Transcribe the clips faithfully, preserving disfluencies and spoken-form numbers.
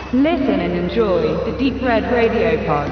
Listen and enjoy the Deep Red Radio Pod.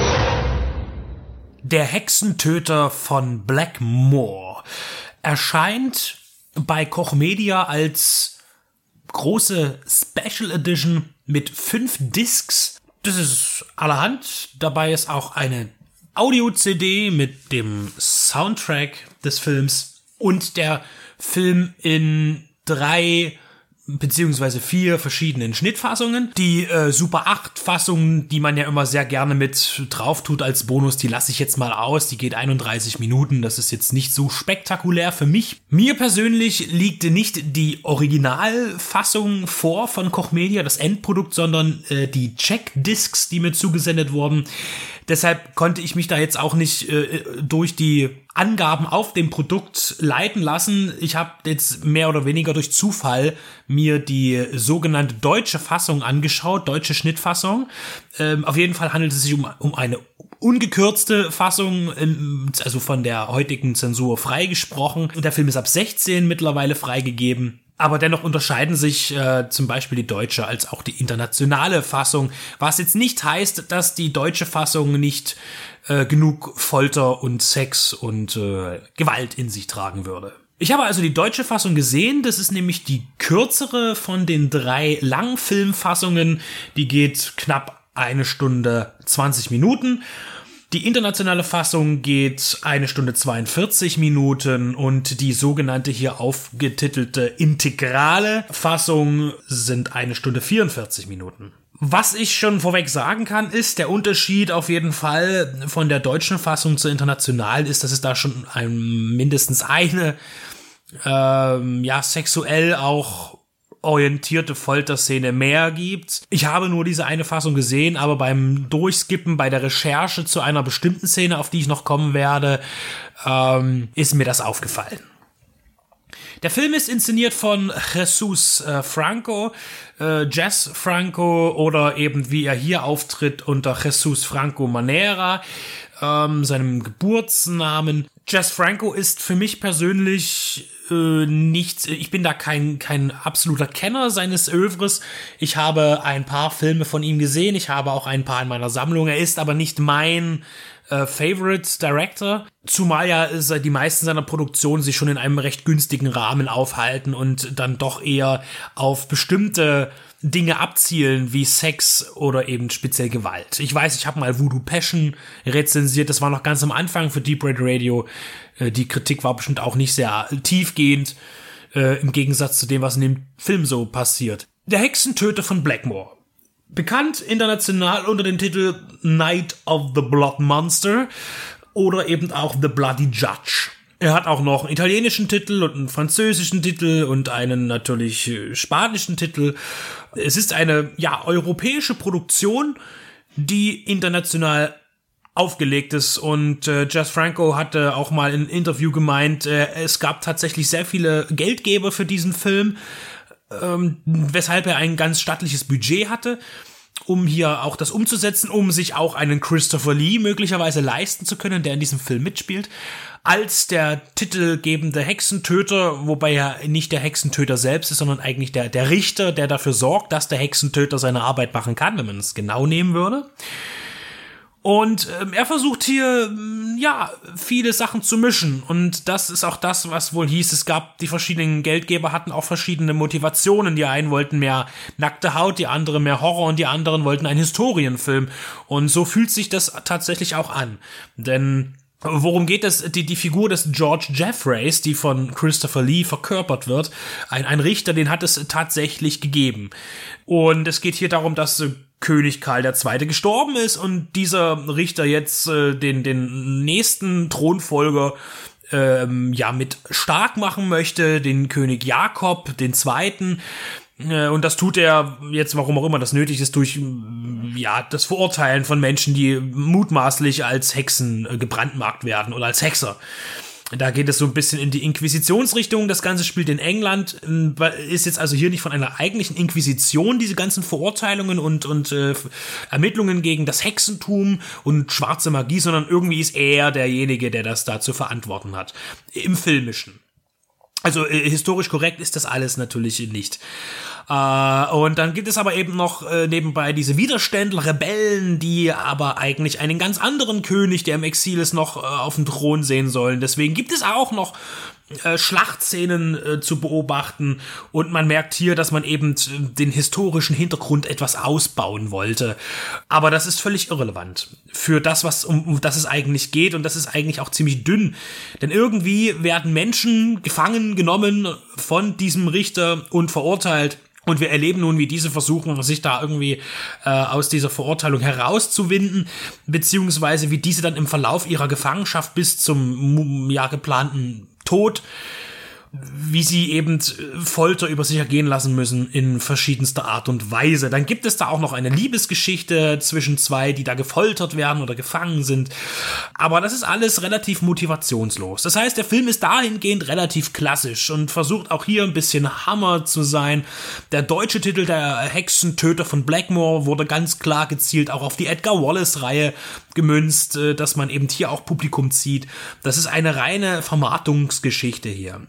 Der Hexentöter von Blackmore erscheint bei Koch Media als große Special Edition mit fünf Discs. Das ist allerhand. Dabei ist auch eine Audio-C D mit dem Soundtrack des Films und der Film in drei beziehungsweise vier verschiedenen Schnittfassungen. Die äh, Super acht Fassung, die man ja immer sehr gerne mit drauf tut als Bonus, die lasse ich jetzt mal aus. Die geht einunddreißig Minuten. Das ist jetzt nicht so spektakulär für mich. Mir persönlich liegt nicht die Originalfassung vor von Koch Media, das Endprodukt, sondern äh, die Check-Discs, die mir zugesendet wurden. Deshalb konnte ich mich da jetzt auch nicht äh, durch die Angaben auf dem Produkt leiten lassen. Ich habe jetzt mehr oder weniger durch Zufall mir die sogenannte deutsche Fassung angeschaut, deutsche Schnittfassung. Ähm, auf jeden Fall handelt es sich um, um eine ungekürzte Fassung, also von der heutigen Zensur freigesprochen. Der Film ist ab sechzehn mittlerweile freigegeben. Aber dennoch unterscheiden sich äh, zum Beispiel die deutsche als auch die internationale Fassung, was jetzt nicht heißt, dass die deutsche Fassung nicht äh, genug Folter und Sex und äh, Gewalt in sich tragen würde. Ich habe also die deutsche Fassung gesehen, das ist nämlich die kürzere von den drei Langfilmfassungen, die geht knapp eine Stunde zwanzig Minuten. Die internationale Fassung geht eine Stunde zweiundvierzig Minuten und die sogenannte hier aufgetitelte integrale Fassung sind eine Stunde vierundvierzig Minuten. Was ich schon vorweg sagen kann, ist, der Unterschied auf jeden Fall von der deutschen Fassung zur internationalen ist, dass es da schon ein, mindestens eine ähm, ja sexuell auch orientierte Folterszene mehr gibt. Ich habe nur diese eine Fassung gesehen, aber beim Durchskippen, bei der Recherche zu einer bestimmten Szene, auf die ich noch kommen werde, ähm, ist mir das aufgefallen. Der Film ist inszeniert von Jesus äh, Franco, äh, Jess Franco oder eben wie er hier auftritt unter Jesus Franco Manera, ähm, seinem Geburtsnamen. Jess Franco ist für mich persönlich äh, nicht, ich bin da kein kein absoluter Kenner seines Œuvres. Ich habe ein paar Filme von ihm gesehen, ich habe auch ein paar in meiner Sammlung. Er ist aber nicht mein äh, Favorite Director, zumal ja äh, die meisten seiner Produktionen sich schon in einem recht günstigen Rahmen aufhalten und dann doch eher auf bestimmte Dinge abzielen, wie Sex oder eben speziell Gewalt. Ich weiß, ich habe mal Voodoo Passion rezensiert, das war noch ganz am Anfang für Deep Red Radio. Die Kritik war bestimmt auch nicht sehr tiefgehend, äh, im Gegensatz zu dem, was in dem Film so passiert. Der Hexentöter von Blackmore. Bekannt international unter dem Titel Night of the Blood Monster oder eben auch The Bloody Judge. Er hat auch noch einen italienischen Titel und einen französischen Titel und einen natürlich spanischen Titel. Es ist eine, ja, europäische Produktion, die international aufgelegt ist und äh, Jess Franco hatte auch mal in einem Interview gemeint, äh, es gab tatsächlich sehr viele Geldgeber für diesen Film, ähm, weshalb er ein ganz stattliches Budget hatte, um hier auch das umzusetzen, um sich auch einen Christopher Lee möglicherweise leisten zu können, der in diesem Film mitspielt, als der titelgebende Hexentöter, wobei er nicht der Hexentöter selbst ist, sondern eigentlich der, der Richter, der dafür sorgt, dass der Hexentöter seine Arbeit machen kann, wenn man es genau nehmen würde. Und ähm, er versucht hier, ähm, ja, viele Sachen zu mischen. Und das ist auch das, was wohl hieß. Es gab, die verschiedenen Geldgeber hatten auch verschiedene Motivationen. Die einen wollten mehr nackte Haut, die anderen mehr Horror und die anderen wollten einen Historienfilm. Und so fühlt sich das tatsächlich auch an. Denn worum geht es? Die, die Figur des George Jeffreys, die von Christopher Lee verkörpert wird, ein, ein Richter, den hat es tatsächlich gegeben. Und es geht hier darum, dass äh, König Karl der Zweite gestorben ist und dieser Richter jetzt äh, den, den nächsten Thronfolger ähm, ja mit stark machen möchte, den König Jakob, den Zweiten. Und das tut er jetzt, warum auch immer das nötig ist, durch ja das Verurteilen von Menschen, die mutmaßlich als Hexen gebrandmarkt werden oder als Hexer. Da geht es so ein bisschen in die Inquisitionsrichtung. Das Ganze spielt in England, ist jetzt also hier nicht von einer eigentlichen Inquisition, diese ganzen Verurteilungen und, und äh, Ermittlungen gegen das Hexentum und schwarze Magie, sondern irgendwie ist er derjenige, der das da zu verantworten hat. Im Filmischen. Also äh, historisch korrekt ist das alles natürlich nicht. Äh, und dann gibt es aber eben noch äh, nebenbei diese Widerständler, Rebellen, die aber eigentlich einen ganz anderen König, der im Exil ist, noch äh, auf dem Thron sehen sollen. Deswegen gibt es auch noch Äh, Schlachtszenen äh, zu beobachten und man merkt hier, dass man eben den historischen Hintergrund etwas ausbauen wollte. Aber das ist völlig irrelevant für das, was um, um das es eigentlich geht, und das ist eigentlich auch ziemlich dünn, denn irgendwie werden Menschen gefangen genommen von diesem Richter und verurteilt. Und wir erleben nun, wie diese versuchen, sich da irgendwie äh, aus dieser Verurteilung herauszuwinden, beziehungsweise wie diese dann im Verlauf ihrer Gefangenschaft bis zum ja geplanten Tod, wie sie eben Folter über sich ergehen lassen müssen in verschiedenster Art und Weise. Dann gibt es da auch noch eine Liebesgeschichte zwischen zwei, die da gefoltert werden oder gefangen sind. Aber das ist alles relativ motivationslos. Das heißt, der Film ist dahingehend relativ klassisch und versucht auch hier ein bisschen Hammer zu sein. Der deutsche Titel, der Hexentöter von Blackmore, wurde ganz klar gezielt auch auf die Edgar Wallace-Reihe gemünzt, dass man eben hier auch Publikum zieht. Das ist eine reine Vermarktungsgeschichte hier.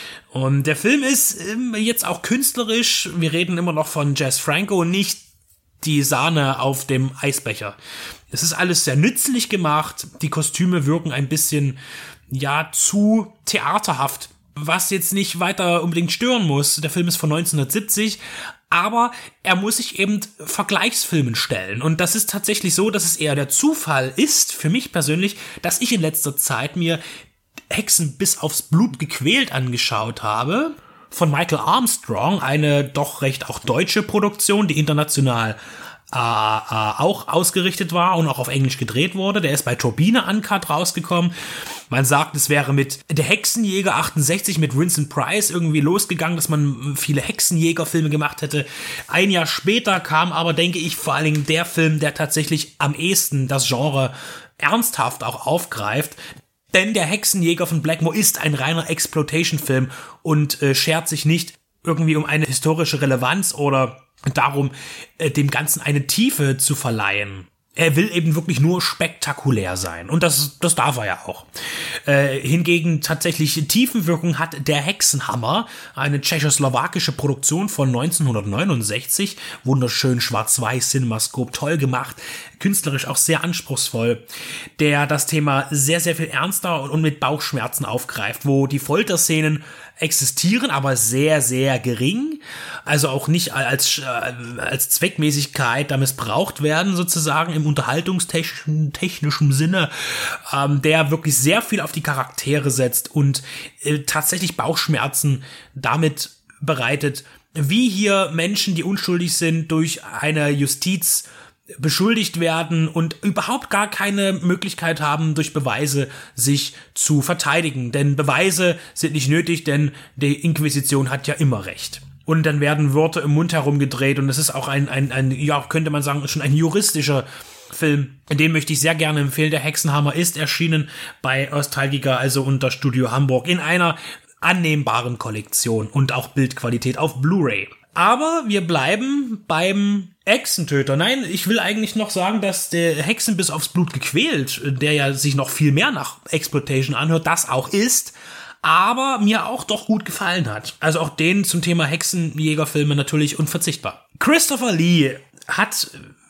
Und der Film ist jetzt auch künstlerisch, wir reden immer noch von Jess Franco, nicht die Sahne auf dem Eisbecher. Es ist alles sehr nützlich gemacht, die Kostüme wirken ein bisschen, ja, zu theaterhaft, was jetzt nicht weiter unbedingt stören muss. Der Film ist von neunzehnhundertsiebzig, aber er muss sich eben Vergleichsfilmen stellen. Und das ist tatsächlich so, dass es eher der Zufall ist, für mich persönlich, dass ich in letzter Zeit mir Hexen bis aufs Blut gequält angeschaut habe, von Michael Armstrong, eine doch recht auch deutsche Produktion, die international äh, äh, auch ausgerichtet war und auch auf Englisch gedreht wurde. Der ist bei Turbine Uncut rausgekommen. Man sagt, es wäre mit Der Hexenjäger achtundsechzig mit Vincent Price irgendwie losgegangen, dass man viele Hexenjägerfilme gemacht hätte. Ein Jahr später kam aber, denke ich, vor allen Dingen der Film, der tatsächlich am ehesten das Genre ernsthaft auch aufgreift. Denn Der Hexenjäger von Blackmore ist ein reiner Exploitation-Film und äh, schert sich nicht irgendwie um eine historische Relevanz oder darum, äh, dem Ganzen eine Tiefe zu verleihen. Er will eben wirklich nur spektakulär sein. Und das, das darf er ja auch. Äh, hingegen tatsächlich Tiefenwirkung hat Der Hexenhammer, eine tschechoslowakische Produktion von neunzehnhundertneunundsechzig. Wunderschön, schwarz-weiß, Cinemascope, toll gemacht. Künstlerisch auch sehr anspruchsvoll. Der das Thema sehr, sehr viel ernster und, und mit Bauchschmerzen aufgreift, wo die Folterszenen existieren, aber sehr, sehr gering. Also auch nicht als, äh, als Zweckmäßigkeit da missbraucht werden, sozusagen im unterhaltungstechnischen technischen Sinne, ähm, der wirklich sehr viel auf die Charaktere setzt und äh, tatsächlich Bauchschmerzen damit bereitet, wie hier Menschen, die unschuldig sind, durch eine Justiz beschuldigt werden und überhaupt gar keine Möglichkeit haben, durch Beweise sich zu verteidigen. Denn Beweise sind nicht nötig, denn die Inquisition hat ja immer recht. Und dann werden Wörter im Mund herumgedreht und es ist auch ein, ein, ein, ja, könnte man sagen, schon ein juristischer Film. Den möchte ich sehr gerne empfehlen. Der Hexenhammer ist erschienen bei Nostalgica, also unter Studio Hamburg, in einer annehmbaren Kollektion und auch Bildqualität auf Blu-ray. Aber wir bleiben beim Hexentöter. Nein, ich will eigentlich noch sagen, dass der Hexen bis aufs Blut gequält, der ja sich noch viel mehr nach Exploitation anhört, das auch ist, aber mir auch doch gut gefallen hat. Also auch den zum Thema Hexenjägerfilme natürlich unverzichtbar. Christopher Lee hat,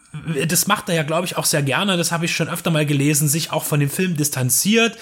das macht er ja, glaube ich, auch sehr gerne, das habe ich schon öfter mal gelesen, sich auch von dem Film distanziert,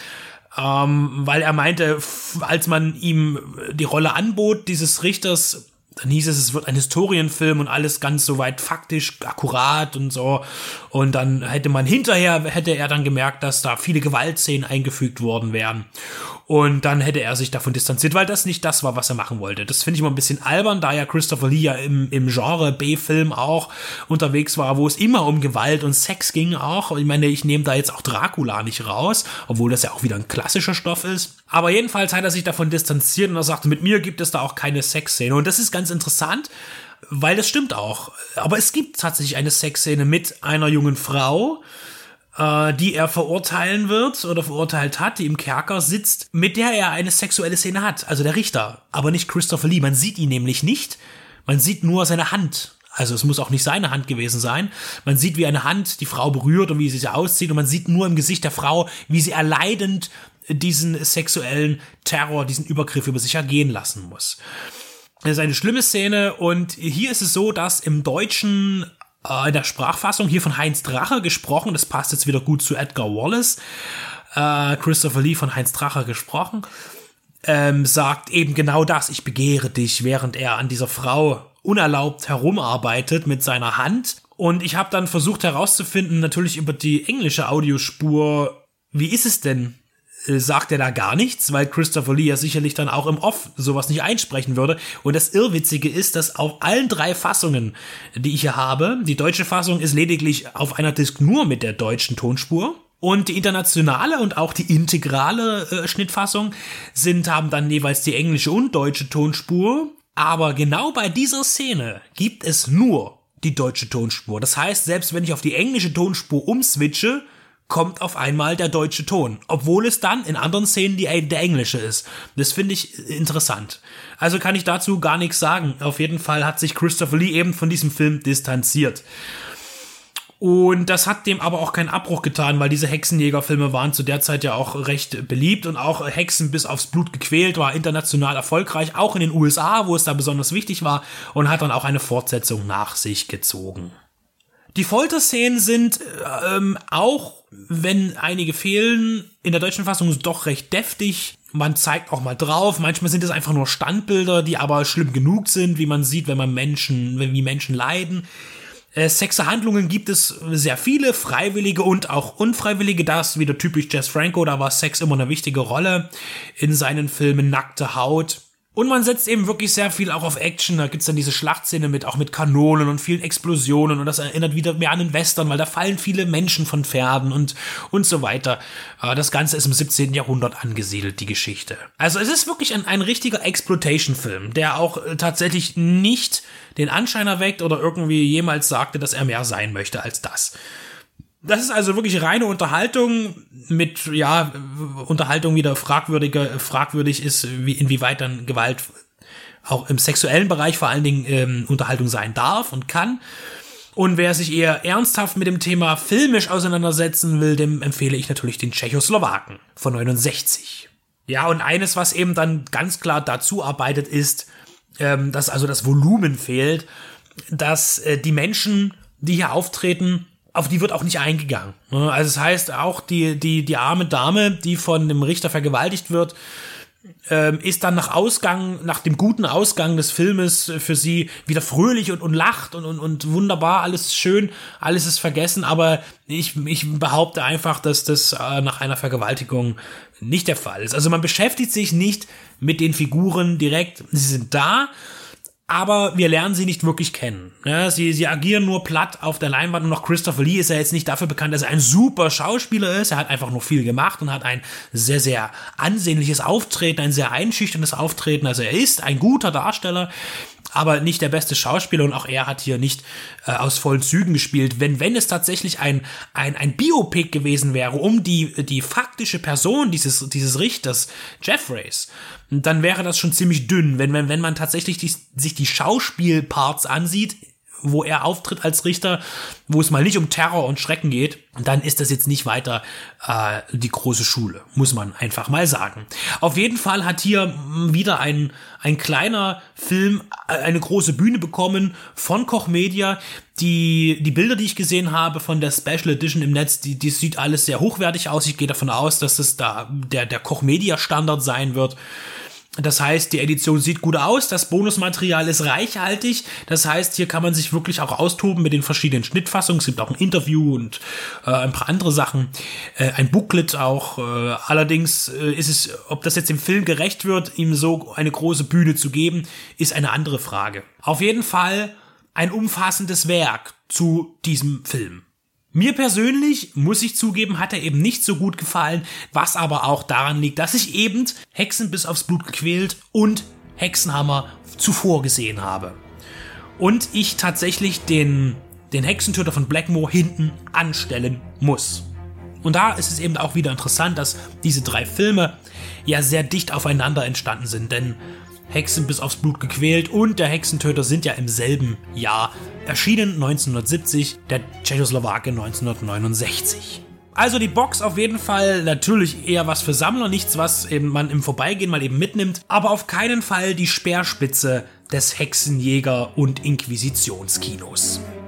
ähm, weil er meinte, als man ihm die Rolle anbot, dieses Richters, dann hieß es, es wird ein Historienfilm und alles ganz soweit faktisch akkurat und so. Und dann hätte man hinterher, hätte er dann gemerkt, dass da viele Gewaltszenen eingefügt worden wären. Und dann hätte er sich davon distanziert, weil das nicht das war, was er machen wollte. Das finde ich immer ein bisschen albern, da ja Christopher Lee ja im, im Genre B-Film auch unterwegs war, wo es immer um Gewalt und Sex ging auch. Ich meine, ich nehme da jetzt auch Dracula nicht raus, obwohl das ja auch wieder ein klassischer Stoff ist. Aber jedenfalls hat er sich davon distanziert und er sagte, mit mir gibt es da auch keine Sexszene. Und das ist ganz interessant, weil das stimmt auch. Aber es gibt tatsächlich eine Sexszene mit einer jungen Frau, äh, die er verurteilen wird oder verurteilt hat, die im Kerker sitzt, mit der er eine sexuelle Szene hat. Also der Richter, aber nicht Christopher Lee. Man sieht ihn nämlich nicht. Man sieht nur seine Hand. Also es muss auch nicht seine Hand gewesen sein. Man sieht, wie eine Hand die Frau berührt und wie sie sich auszieht. Und man sieht nur im Gesicht der Frau, wie sie erleidend diesen sexuellen Terror, diesen Übergriff über sich ergehen lassen muss. Das ist eine schlimme Szene und hier ist es so, dass im Deutschen äh, in der Sprachfassung hier von Heinz Drache gesprochen, das passt jetzt wieder gut zu Edgar Wallace, äh, Christopher Lee von Heinz Drache gesprochen, ähm, sagt eben genau das, ich begehre dich, während er an dieser Frau unerlaubt herumarbeitet mit seiner Hand. Und ich habe dann versucht herauszufinden, natürlich über die englische Audiospur, wie ist es denn? Sagt er da gar nichts, weil Christopher Lee ja sicherlich dann auch im Off sowas nicht einsprechen würde. Und das Irrwitzige ist, dass auf allen drei Fassungen, die ich hier habe, die deutsche Fassung ist lediglich auf einer Disc nur mit der deutschen Tonspur. Und die internationale und auch die integrale äh, Schnittfassung sind, haben dann jeweils die englische und deutsche Tonspur. Aber genau bei dieser Szene gibt es nur die deutsche Tonspur. Das heißt, selbst wenn ich auf die englische Tonspur umswitche, kommt auf einmal der deutsche Ton, obwohl es dann in anderen Szenen die, der englische ist. Das finde ich interessant. Also kann ich dazu gar nichts sagen. Auf jeden Fall hat sich Christopher Lee eben von diesem Film distanziert. Und das hat dem aber auch keinen Abbruch getan, weil diese Hexenjägerfilme waren zu der Zeit ja auch recht beliebt und auch Hexen bis aufs Blut gequält war international erfolgreich, auch in den U S A, wo es da besonders wichtig war, und hat dann auch eine Fortsetzung nach sich gezogen. Die Folterszenen sind ähm, auch, wenn einige fehlen, in der deutschen Fassung doch recht deftig. Man zeigt auch mal drauf. Manchmal sind es einfach nur Standbilder, die aber schlimm genug sind, wie man sieht, wenn man Menschen, wie Menschen leiden. Äh, Sexhandlungen gibt es sehr viele, freiwillige und auch unfreiwillige. Das ist wieder typisch Jess Franco, da war Sex immer eine wichtige Rolle in seinen Filmen. Nackte Haut. Und man setzt eben wirklich sehr viel auch auf Action. Da gibt's dann diese Schlachtszene mit, auch mit Kanonen und vielen Explosionen. Und das erinnert wieder mehr an den Western, weil da fallen viele Menschen von Pferden und, und so weiter. Das Ganze ist im siebzehnten Jahrhundert angesiedelt, die Geschichte. Also es ist wirklich ein, ein richtiger Exploitation-Film, der auch tatsächlich nicht den Anschein erweckt oder irgendwie jemals sagte, dass er mehr sein möchte als das. Das ist also wirklich reine Unterhaltung mit, ja, Unterhaltung wieder fragwürdiger, fragwürdig ist, wie, inwieweit dann Gewalt auch im sexuellen Bereich vor allen Dingen ähm, Unterhaltung sein darf und kann. Und wer sich eher ernsthaft mit dem Thema filmisch auseinandersetzen will, dem empfehle ich natürlich den Tschechoslowaken von neunundsechzig. Ja, und eines, was eben dann ganz klar dazu arbeitet, ist, ähm, dass also das Volumen fehlt, dass äh, die Menschen, die hier auftreten, auf die wird auch nicht eingegangen. Also das heißt, auch die, die, die arme Dame, die von dem Richter vergewaltigt wird, ähm, ist dann nach Ausgang, nach dem guten Ausgang des Filmes für sie wieder fröhlich und, und lacht und, und, und wunderbar, alles schön, alles ist vergessen, aber ich, ich behaupte einfach, dass das äh, nach einer Vergewaltigung nicht der Fall ist. Also man beschäftigt sich nicht mit den Figuren direkt, sie sind da, aber wir lernen sie nicht wirklich kennen. Ja, sie, sie agieren nur platt auf der Leinwand, und noch Christopher Lee ist ja jetzt nicht dafür bekannt, dass er ein super Schauspieler ist. Er hat einfach nur viel gemacht und hat ein sehr, sehr ansehnliches Auftreten, ein sehr einschüchterndes Auftreten. Also er ist ein guter Darsteller, aber nicht der beste Schauspieler, und auch er hat hier nicht äh, aus vollen Zügen gespielt. Wenn, wenn es tatsächlich ein, ein, ein Biopic gewesen wäre, um die, die faktische Person dieses, dieses Richters, Jeffreys, dann wäre das schon ziemlich dünn. Wenn, wenn, wenn man tatsächlich die, sich die Schauspielparts ansieht, wo er auftritt als Richter, wo es mal nicht um Terror und Schrecken geht, dann ist das jetzt nicht weiter äh, die große Schule, muss man einfach mal sagen. Auf jeden Fall hat hier wieder ein, ein kleiner Film eine große Bühne bekommen von Koch Media. Die, die Bilder, die ich gesehen habe von der Special Edition im Netz, die, die sieht alles sehr hochwertig aus. Ich gehe davon aus, dass es da der, der Koch Media Standard sein wird. Das heißt, die Edition sieht gut aus, das Bonusmaterial ist reichhaltig, das heißt, hier kann man sich wirklich auch austoben mit den verschiedenen Schnittfassungen. Es gibt auch ein Interview und äh, ein paar andere Sachen, äh, ein Booklet auch. Äh, allerdings äh, ist es, ob das jetzt dem Film gerecht wird, ihm so eine große Bühne zu geben, ist eine andere Frage. Auf jeden Fall ein umfassendes Werk zu diesem Film. Mir persönlich, muss ich zugeben, hat er eben nicht so gut gefallen, was aber auch daran liegt, dass ich eben Hexen bis aufs Blut gequält und Hexenhammer zuvor gesehen habe. Und ich tatsächlich den, den Hexentöter von Blackmore hinten anstellen muss. Und da ist es eben auch wieder interessant, dass diese drei Filme ja sehr dicht aufeinander entstanden sind, denn Hexen bis aufs Blut gequält und der Hexentöter sind ja im selben Jahr erschienen, neunzehnhundertsiebzig, der Tschechoslowake neunzehnhundertneunundsechzig. Also die Box auf jeden Fall natürlich eher was für Sammler, nichts, was eben man im Vorbeigehen mal eben mitnimmt, aber auf keinen Fall die Speerspitze des Hexenjäger- und Inquisitionskinos.